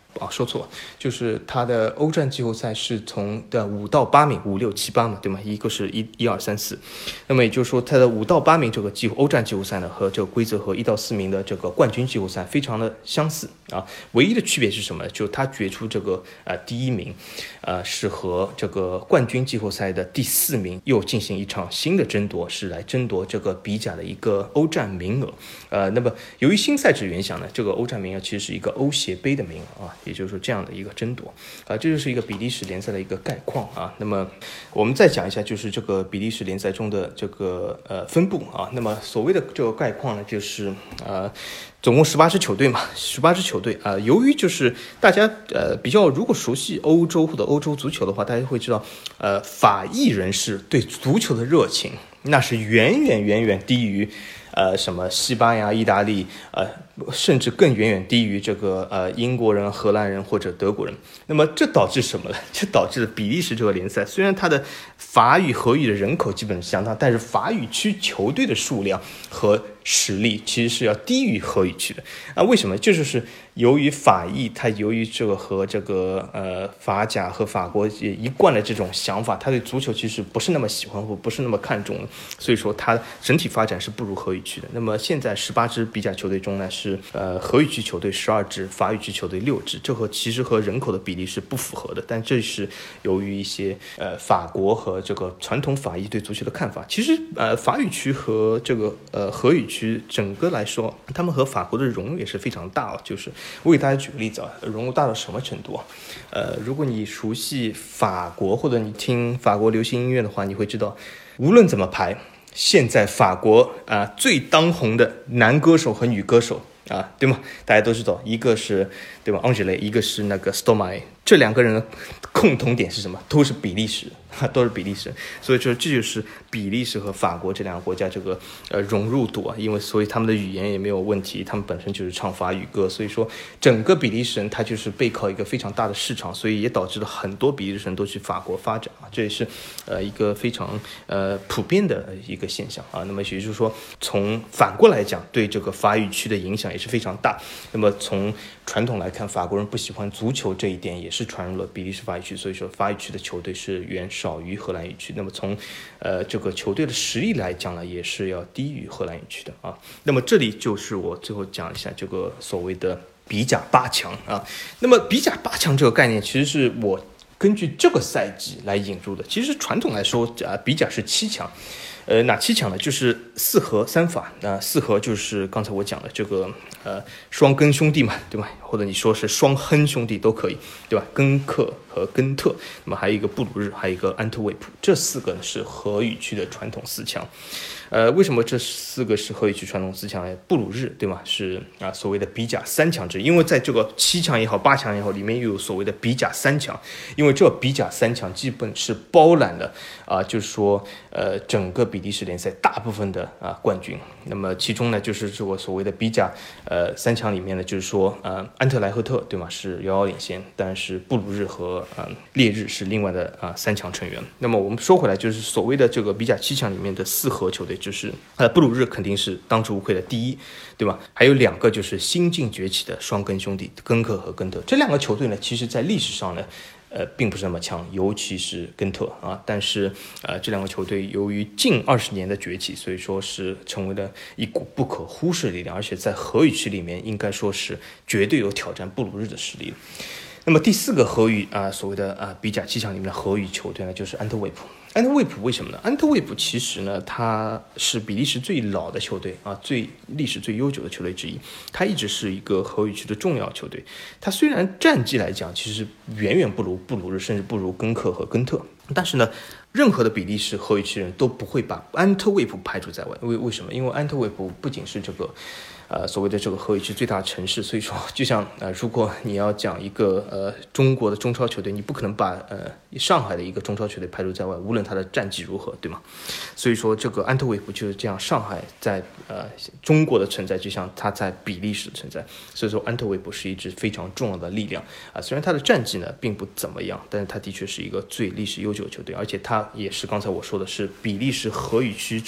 啊，说错了，就是他的欧战季后赛是从的五到八名，五六七八嘛，对吗？一个是一一二三四，那么也就是说，他的五到八名这个季欧战季后赛呢，和这个规则和一到四名的这个冠军季后赛非常的相似啊。唯一的区别是什么呢？就是他决出这个呃第一名，呃是和这个冠军季后赛的第四名又进行一场新的争夺，是来争夺这个比甲的一个欧战名额。呃，那么由于新赛制原想呢，这个欧战名额其实是一个欧协杯的名额啊。也就是说这样的一个争夺啊，这就是一个比利时联赛的一个概况啊。那么我们再讲一下，就是这个比利时联赛中的这个呃分布啊。那么所谓的这个概况呢，就是呃总共十八支球队嘛，十八支球队啊、呃。由于就是大家呃比较如果熟悉欧洲或者欧洲足球的话，大家会知道，呃法裔人士对足球的热情那是远远远远低于。呃，什么西班牙、意大利，呃，甚至更远远低于这个呃英国人、荷兰人或者德国人。那么这导致什么呢？这导致了比利时这个联赛，虽然它的法语、荷语的人口基本相当，但是法语区球队的数量和实力其实是要低于荷语区的啊。为什么？这就是由于法裔，它由于这个和这个呃法甲和法国一贯的这种想法，他对足球其实不是那么喜欢或不是那么看重的，所以说它整体发展是不如荷语区的。那么现在十八支比甲球队中呢，是呃荷语区球队十二支，法语区球队六支，这和其实和人口的比例是不符合的。但这是由于一些呃法国和这个传统法裔对足球的看法。其实呃法语区和这个呃荷语区整个来说，他们和法国的融入也是非常大哦。就是我给大家举个例子啊，融入大到什么程度啊？呃，如果你熟悉法国或者你听法国流行音乐的话，你会知道，无论怎么排。现在法国啊、呃、最当红的男歌手和女歌手啊，对吗？大家都知道，一个是对吧 Angèle， 一个是那个 Stromae， 这两个人的共同点是什么？都是比利时，都是比利时。所以说这就是比利时和法国这两个国家这个呃融入度啊，因为所以他们的语言也没有问题，他们本身就是唱法语歌，所以说整个比利时人他就是背靠一个非常大的市场，所以也导致了很多比利时人都去法国发展啊，这也是呃一个非常呃普遍的一个现象啊。那么也就是说，从反过来讲，对这个法语区的影响也是非常大。那么从传统来看，法国人不喜欢足球这一点也是传入了比利时法语区，所以说法语区的球队是远少于荷兰语区。那么从呃这个球队的实力来讲呢，也是要低于荷兰语区的啊。那么这里就是我最后讲一下这个所谓的比甲八强啊。那么比甲八强这个概念，其实是我根据这个赛季来引入的。其实传统来说啊，比甲是七强。呃，哪七强呢？就是四和三法。那、呃、四和就是刚才我讲的这个呃双根兄弟嘛，对吧？或者你说是双亨兄弟都可以，对吧？根克和根特，那么还有一个布鲁日，还有一个安特卫普，这四个是荷语区的传统四强。呃，为什么这四个是荷语区传统四强呢？布鲁日，对吗？是啊，所谓的比甲三强制，因为在这个七强也好，八强也好，里面又有所谓的比甲三强，因为这比甲三强基本是包揽了啊，就是说呃整个比利时联赛大部分的啊冠军。那么其中呢，就是这个所谓的比甲呃三强里面呢，就是说呃安特莱赫特，对吗？是遥遥领先，但是布鲁日和呃烈日是另外的啊三强成员。那么我们说回来，就是所谓的这个比甲七强里面的四和球队。就是呃，布鲁日肯定是当之无愧的第一，对吧？还有两个就是新晋崛起的双根兄弟根克和根特，这两个球队呢，其实在历史上呢，呃，并不是那么强，尤其是根特啊。但是呃，这两个球队由于近二十年的崛起，所以说是成为了一股不可忽视的力量，而且在荷语区里面，应该说是绝对有挑战布鲁日的实力。那么第四个荷语啊、呃，所谓的啊、呃、比甲七强里面的荷语球队呢，就是安特卫普。安特卫普为什么呢？安特卫普其实呢，它是比利时最老的球队啊，最历史最悠久的球队之一。它一直是一个荷语区的重要球队。它虽然战绩来讲，其实远远不如布鲁日，甚至不如根克和根特，但是呢，任何的比利时荷语区人都不会把安特卫普排除在外。为为什么？因为安特卫普不仅是这个。呃，所谓的这个荷语区最大的城市，所以说，就像呃，如果你要讲一个呃中国的中超球队，你不可能把呃上海的一个中超球队排除在外，无论他的战绩如何，对吗？所以说，这个安特卫普就是这样，上海在呃中国的存在，就像他在比利时的存在。所以说，安特卫普是一支非常重要的力量啊、呃。虽然他的战绩呢并不怎么样，但是他的确是一个最历史悠久的球队，而且他也是刚才我说的是比利时荷语区中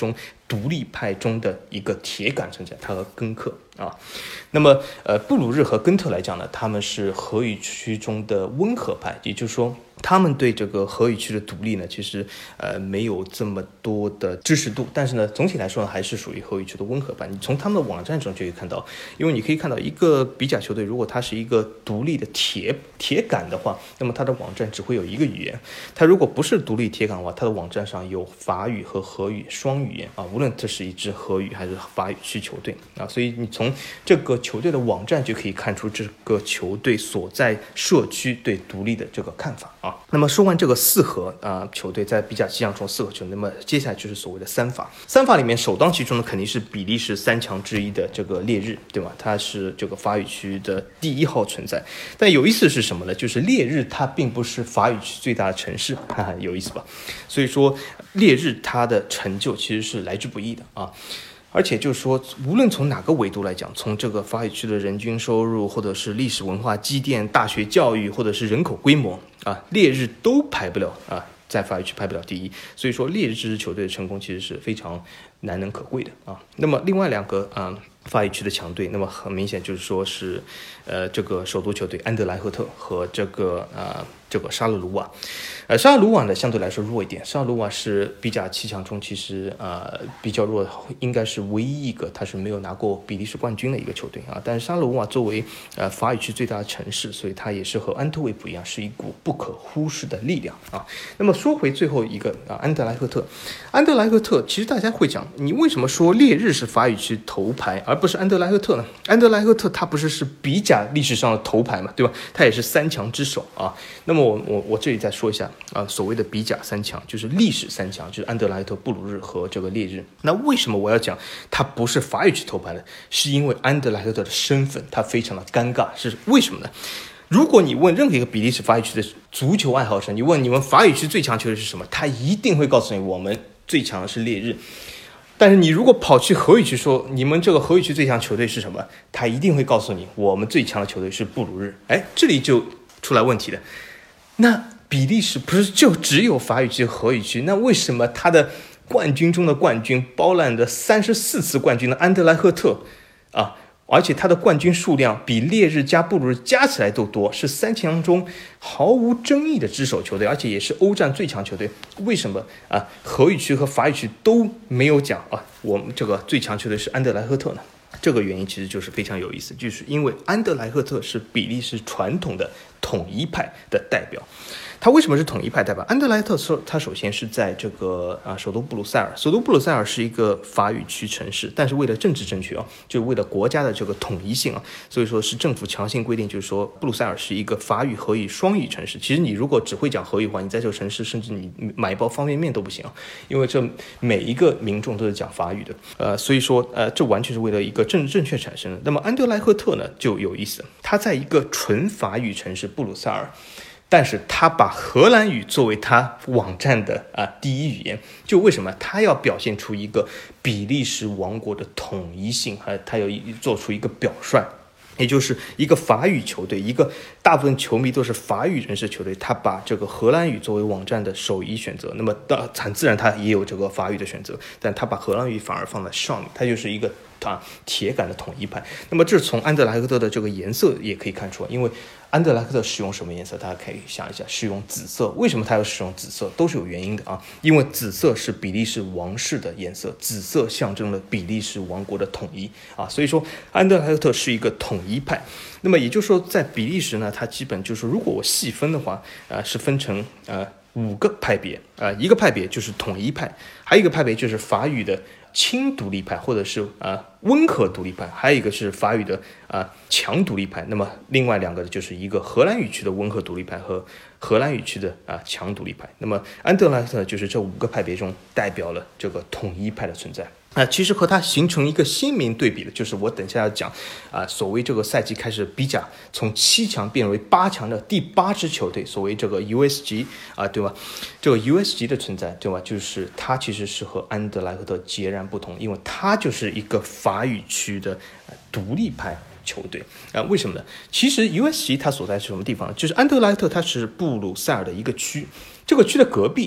独立派中的一个铁杆存在，他和根特啊。那么呃，布鲁日和根特来讲呢，他们是荷语区中的温和派，也就是说他们对这个荷语区的独立呢，其实呃没有这么多的支持度，但是呢，总体来说呢，还是属于荷语区的温和派。你从他们的网站中就可以看到，因为你可以看到一个比甲球队，如果它是一个独立的铁铁杆的话，那么它的网站只会有一个语言；它如果不是独立铁杆的话，它的网站上有法语和荷语双语言啊，无论这是一支荷语还是法语区球队啊，所以你从这个球队的网站就可以看出这个球队所在社区对独立的这个看法啊。那么说完这个四核啊、呃、球队在比甲七强中四核球队，那么接下来就是所谓的三法。三法里面首当其冲的肯定是比利时三强之一的这个烈日，对吧？它是这个法语区的第一号存在。但有意思是什么呢？就是烈日它并不是法语区最大的城市，哈哈，有意思吧？所以说烈日它的成就其实是来之不易的啊。而且就是说，无论从哪个维度来讲，从这个法语区的人均收入，或者是历史文化积淀、大学教育，或者是人口规模啊，烈日都排不了啊，在法语区排不了第一。所以说，烈日这支球队的成功其实是非常难能可贵的啊。那么另外两个啊法语区的强队，那么很明显就是说是，呃，这个首都球队安德莱赫特和这个呃这个沙勒鲁瓦。呃，沙勒鲁瓦呢相对来说弱一点，沙勒鲁瓦是比甲七强中其实呃比较弱，应该是唯一一个他是没有拿过比利时冠军的一个球队啊。但是沙勒鲁瓦作为呃法语区最大的城市，所以它也是和安特卫普一样，是一股不可忽视的力量啊。那么说回最后一个啊，安德莱赫特，安德莱赫特其实大家会讲，你为什么说烈日是法语区头牌，而不是安德莱赫特呢？安德莱赫特他不是是比甲历史上的头牌嘛，对吧？他也是三强之首啊。那么我我我这里再说一下啊，所谓的比甲三强就是历史三强，就是安德莱赫特、布鲁日和这个烈日。那为什么我要讲他不是法语区头牌呢？是因为安德莱赫特的身份他非常的尴尬，是为什么呢？如果你问任何一个比利时法语区的足球爱好者，你问你们法语区最强球队是什么，他一定会告诉你我们最强的是烈日。但是你如果跑去荷语区说你们这个荷语区最强球队是什么，他一定会告诉你我们最强的球队是布鲁日。哎，这里就出来问题了。那比利时不是就只有法语区荷语区，那为什么他的冠军中的冠军，包揽着三十四次冠军的安德莱赫特啊，而且他的冠军数量比烈日加布鲁日加起来都多，是三强中毫无争议的之首球队，而且也是欧战最强球队。为什么啊？荷语区和法语区都没有讲啊，我们这个最强球队是安德莱赫特呢？这个原因其实就是非常有意思，就是因为安德莱赫特是比利时传统的统一派的代表。他为什么是统一派代表？安德莱特他首先是在这个啊首都布鲁塞尔，首都布鲁塞尔是一个法语区城市，但是为了政治正确啊，就为了国家的这个统一性啊，所以说是政府强行规定，就是说布鲁塞尔是一个法语荷语双语城市。其实你如果只会讲荷语的话，你在这个城市甚至你买一包方便面都不行啊，因为这每一个民众都是讲法语的，呃，所以说呃这完全是为了一个政治正确产生的。那么安德莱赫特呢就有意思，他在一个纯法语城市布鲁塞尔。但是他把荷兰语作为他网站的啊第一语言，就为什么他要表现出一个比利时王国的统一性，还他要做出一个表率，也就是一个法语球队，一个大部分球迷都是法语人士球队，他把这个荷兰语作为网站的首一选择，那么很自然他也有这个法语的选择，但他把荷兰语反而放在上面，他就是一个啊铁杆的统一派。那么这从安德莱赫特的这个颜色也可以看出来，因为安德莱赫特使用什么颜色？大家可以想一下，使用紫色。为什么他要使用紫色？都是有原因的啊。因为紫色是比利时王室的颜色，紫色象征了比利时王国的统一啊。所以说，安德莱赫特是一个统一派。那么也就是说，在比利时呢，它基本就是，如果我细分的话，呃，是分成呃五个派别啊、呃，一个派别就是统一派，还有一个派别就是法语的轻独立派，或者是啊、呃、温和独立派，还有一个是法语的啊、呃、强独立派。那么另外两个就是一个荷兰语区的温和独立派和荷兰语区的啊、呃、强独立派。那么安德莱特就是这五个派别中代表了这个统一派的存在。啊，其实和它形成一个鲜明对比的，就是我等一下要讲啊，所谓这个赛季开始比甲从七强变为八强的第八支球队，所谓这个 U S G 啊，对吧？这个 U S G 的存在，对吧？就是它其实是和安德莱赫特截然不同，因为它就是一个法语区的独立派球队啊。为什么呢？其实 U S G 它所在是什么地方？就是安德莱赫特，它是布鲁塞尔的一个区，这个区的隔壁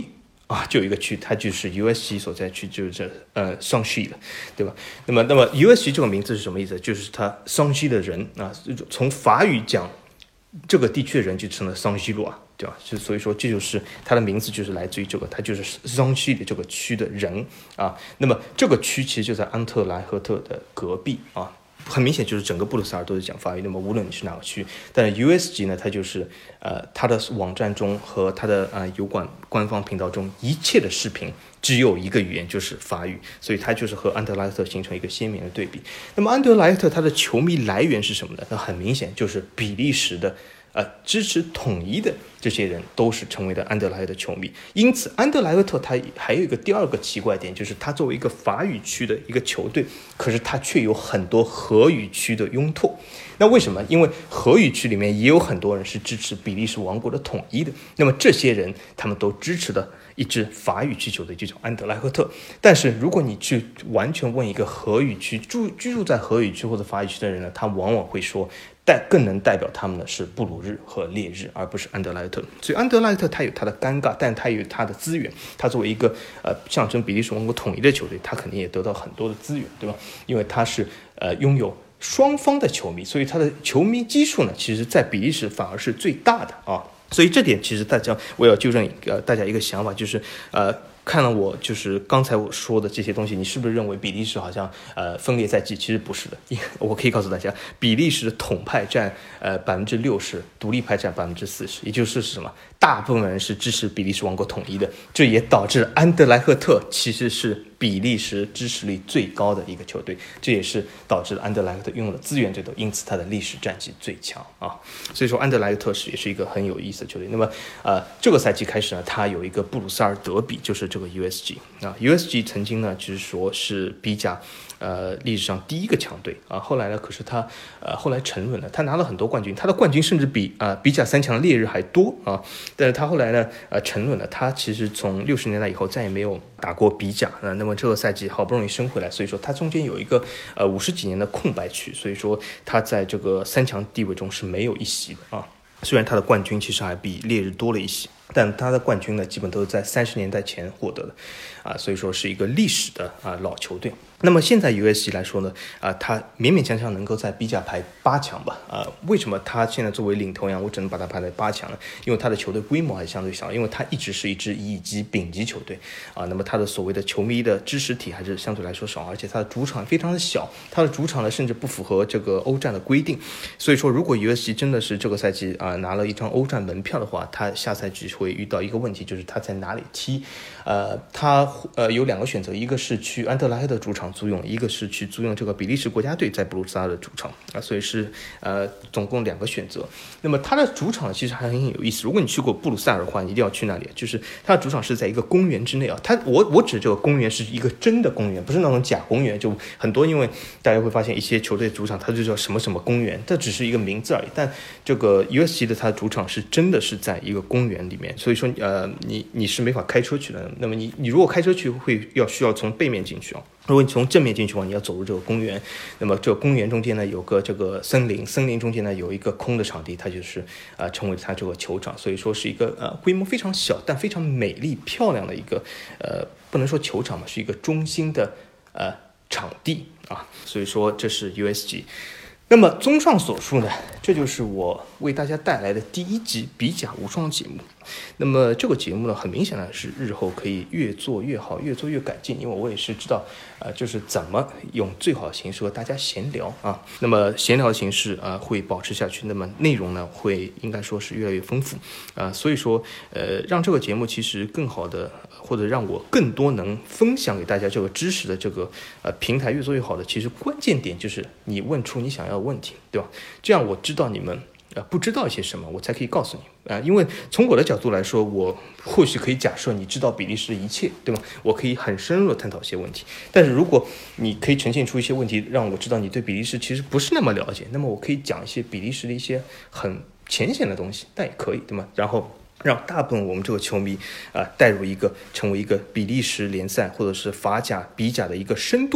啊，就有一个区，它就是 U S G 所在区，就是这呃桑西了，对吧？那么，那么 U S G 这个名字是什么意思？就是它桑西的人啊，从法语讲，这个地区的人就成了桑西洛啊，对吧？就所以说，这就是它的名字，就是来自于这个，它就是桑西的这个区的人啊。那么这个区其实就在安特莱赫特的隔壁啊。很明显就是整个布鲁塞尔都是讲法语，那么无论你是哪个区，但是 U S G 呢，它就是呃它的网站中和它的呃油管官方频道中一切的视频只有一个语言，就是法语，所以它就是和安德莱赫特形成一个鲜明的对比。那么安德莱赫特它的球迷来源是什么呢？那很明显就是比利时的呃支持统一的这些人都是成为了安德莱赫特球迷，因此安德莱赫特它还有一个第二个奇怪点，就是它作为一个法语区的一个球队，可是它却有很多荷语区的拥簇。那为什么？因为荷语区里面也有很多人是支持比利时王国的统一的，那么这些人他们都支持的一支法语区球队就叫安德莱赫特。但是如果你去完全问一个荷语区住居住在荷语区或者法语区的人呢，他往往会说但更能代表他们的是布鲁日和烈日，而不是安德莱赫特。所以安德莱赫特他有他的尴尬，但他有他的资源。他作为一个呃象征比利时王国统一的球队，他肯定也得到很多的资源，对吧？因为他是呃拥有双方的球迷，所以他的球迷基数呢，其实在比利时反而是最大的啊。所以这点其实大家我要纠正呃大家一个想法，就是呃。看了我就是刚才我说的这些东西，你是不是认为比利时好像呃分裂在即？其实不是的，我可以告诉大家，比利时统派占呃百分之六十，独立派占百分之四十，也就是什么？大部分人是支持比利时王国统一的，这也导致安德莱赫特其实是比利时支持率最高的一个球队，这也是导致安德莱赫特拥有的资源最多，因此他的历史战绩最强啊。所以说安德莱赫特是也是一个很有意思的球队。那么呃这个赛季开始呢，他有一个布鲁塞尔德比，就是这个 U S G 啊 ，U S G 曾经呢就是说是比甲呃历史上第一个强队啊，后来呢可是他呃后来沉沦了，他拿了很多冠军，他的冠军甚至比啊、呃、比甲三强的烈日还多啊，但是他后来呢呃沉沦了，他其实从六十年代以后再也没有打过比甲啊、呃，那么这个赛季好不容易升回来，所以说他中间有一个呃五十几年的空白区，所以说他在这个三强地位中是没有一席的啊。虽然他的冠军其实还比烈日多了一些，但他的冠军呢基本都是在三十年代前获得的啊，所以说是一个历史的啊老球队。那么现在 U S G 来说呢，啊，他勉勉强强能够在比甲排八强吧，啊，为什么他现在作为领头羊，我只能把他排在八强呢？因为他的球队规模还相对小，因为他一直是一支乙级丙级球队啊，那么他的所谓的球迷的支持体还是相对来说少，而且他的主场非常的小，他的主场呢甚至不符合这个欧战的规定，所以说如果 U S G 真的是这个赛季啊拿了一张欧战门票的话，他下赛季会遇到一个问题，就是他在哪里踢，呃，他呃有两个选择，一个是去安德莱赫特主场租用，一个是去租用这个比利时国家队在布鲁塞尔的主场啊，所以是呃总共两个选择。那么它的主场其实还很有意思，如果你去过布鲁塞尔的话，你一定要去那里，就是它的主场是在一个公园之内啊。它我我指这个公园是一个真的公园，不是那种假公园，就很多因为大家会发现一些球队主场它就叫什么什么公园，这只是一个名字而已。但这个 U S G 的它的主场是真的是在一个公园里面，所以说呃你你是没法开车去的。那么你你如果开车去会要需要从背面进去啊。如果你从正面进去的话，你要走入这个公园，那么这个公园中间呢有个这个森林，森林中间呢有一个空的场地，它就是呃成为它这个球场，所以说是一个呃规模非常小但非常美丽漂亮的一个呃不能说球场嘛，是一个中心的呃场地啊，所以说这是 U S G。那么综上所述呢，这就是我为大家带来的第一集比甲无双节目。那么这个节目呢，很明显的是日后可以越做越好，越做越改进，因为我也是知道，呃，就是怎么用最好的形式和大家闲聊啊。那么闲聊的形式啊、呃、会保持下去，那么内容呢会应该说是越来越丰富啊、呃。所以说，呃，让这个节目其实更好的，或者让我更多能分享给大家这个知识的这个呃平台越做越好的，其实关键点就是你问出你想要的问题，对吧？这样我知道你们。呃，不知道一些什么，我才可以告诉你啊、呃。因为从我的角度来说，我或许可以假设你知道比利时的一切，对吧？我可以很深入的探讨一些问题。但是如果你可以呈现出一些问题，让我知道你对比利时其实不是那么了解，那么我可以讲一些比利时的一些很浅显的东西，但也可以，对吗？然后让大部分我们这个球迷啊、呃、带入一个成为一个比利时联赛或者是法甲、比甲的一个深度粉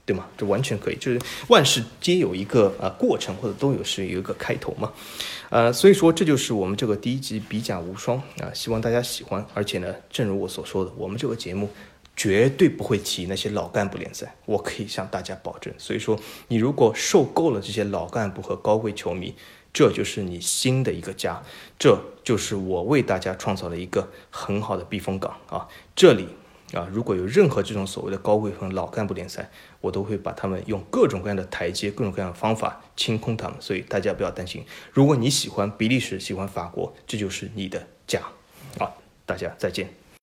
对吗？这完全可以，就是万事皆有一个呃过程，或者都有是有一个开头嘛。呃，所以说这就是我们这个第一集比甲无双啊、呃，希望大家喜欢。而且呢，正如我所说的，我们这个节目绝对不会提那些老干部联赛，我可以向大家保证。所以说，你如果受够了这些老干部和高贵球迷，这就是你新的一个家，这就是我为大家创造了一个很好的避风港啊！这里啊，如果有任何这种所谓的高贵和老干部联赛，我都会把他们用各种各样的台阶、各种各样的方法清空他们。所以大家不要担心，如果你喜欢比利时、喜欢法国，这就是你的家啊！大家再见。